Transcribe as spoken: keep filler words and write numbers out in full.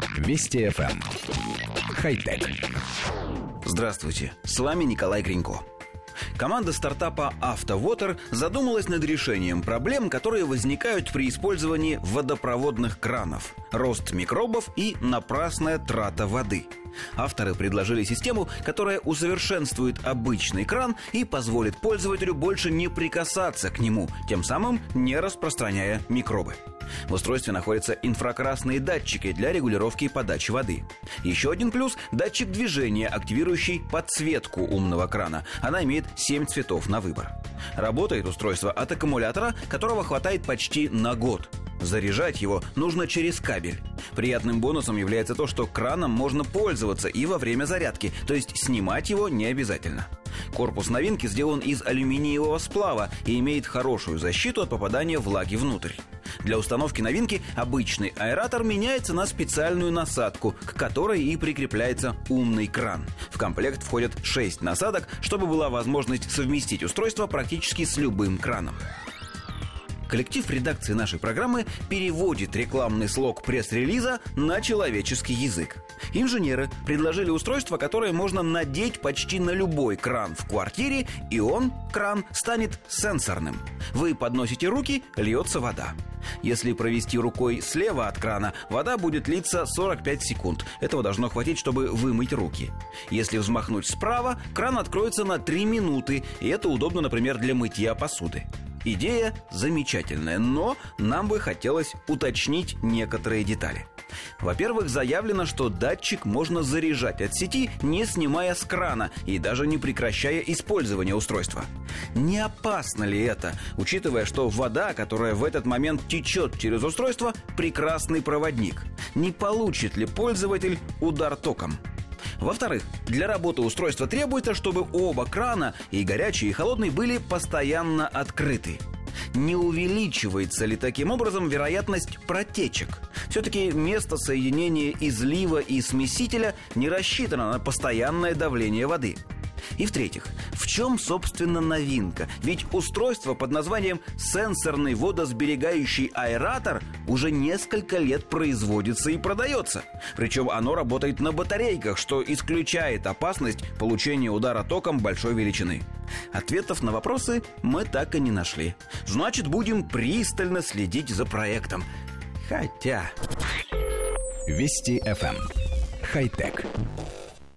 Вести эф эм. Хай-тек. Здравствуйте, с вами Николай Гринько. Команда стартапа «Автовотер» задумалась над решением проблем, которые возникают при использовании водопроводных кранов, рост микробов и напрасная трата воды. Авторы предложили систему, которая усовершенствует обычный кран и позволит пользователю больше не прикасаться к нему, тем самым не распространяя микробы. В устройстве находятся инфракрасные датчики для регулировки подачи воды. Еще один плюс – датчик движения, активирующий подсветку умного крана. Она имеет семь цветов на выбор. Работает устройство от аккумулятора, которого хватает почти на год. Заряжать его нужно через кабель. Приятным бонусом является то, что краном можно пользоваться и во время зарядки, то есть снимать его не обязательно. Корпус новинки сделан из алюминиевого сплава и имеет хорошую защиту от попадания влаги внутрь. Для установки новинки обычный аэратор меняется на специальную насадку, к которой и прикрепляется умный кран. В комплект входят шесть насадок, чтобы была возможность совместить устройство практически с любым краном. Коллектив редакции нашей программы переводит рекламный слог пресс-релиза на человеческий язык. Инженеры предложили устройство, которое можно надеть почти на любой кран в квартире, и он, кран, станет сенсорным. Вы подносите руки, льется вода. Если провести рукой слева от крана, вода будет литься сорок пять секунд. Этого должно хватить, чтобы вымыть руки. Если взмахнуть справа, кран откроется на три минуты, и это удобно, например, для мытья посуды. Идея замечательная, но нам бы хотелось уточнить некоторые детали. Во-первых, заявлено, что датчик можно заряжать от сети, не снимая с крана и даже не прекращая использование устройства. Не опасно ли это, учитывая, что вода, которая в этот момент течет через устройство, прекрасный проводник? Не получит ли пользователь удар током? Во-вторых, для работы устройства требуется, чтобы оба крана, и горячий, и холодный, были постоянно открыты. Не увеличивается ли таким образом вероятность протечек? Все-таки место соединения излива и смесителя не рассчитано на постоянное давление воды. И в-третьих, в чем, собственно, новинка? Ведь устройство под названием «сенсорный водосберегающий аэратор» уже несколько лет производится и продается. Причем оно работает на батарейках, что исключает опасность получения удара током большой величины. Ответов на вопросы мы так и не нашли. Значит, будем пристально следить за проектом. Хотя... Вести эф эм. Хай-тек.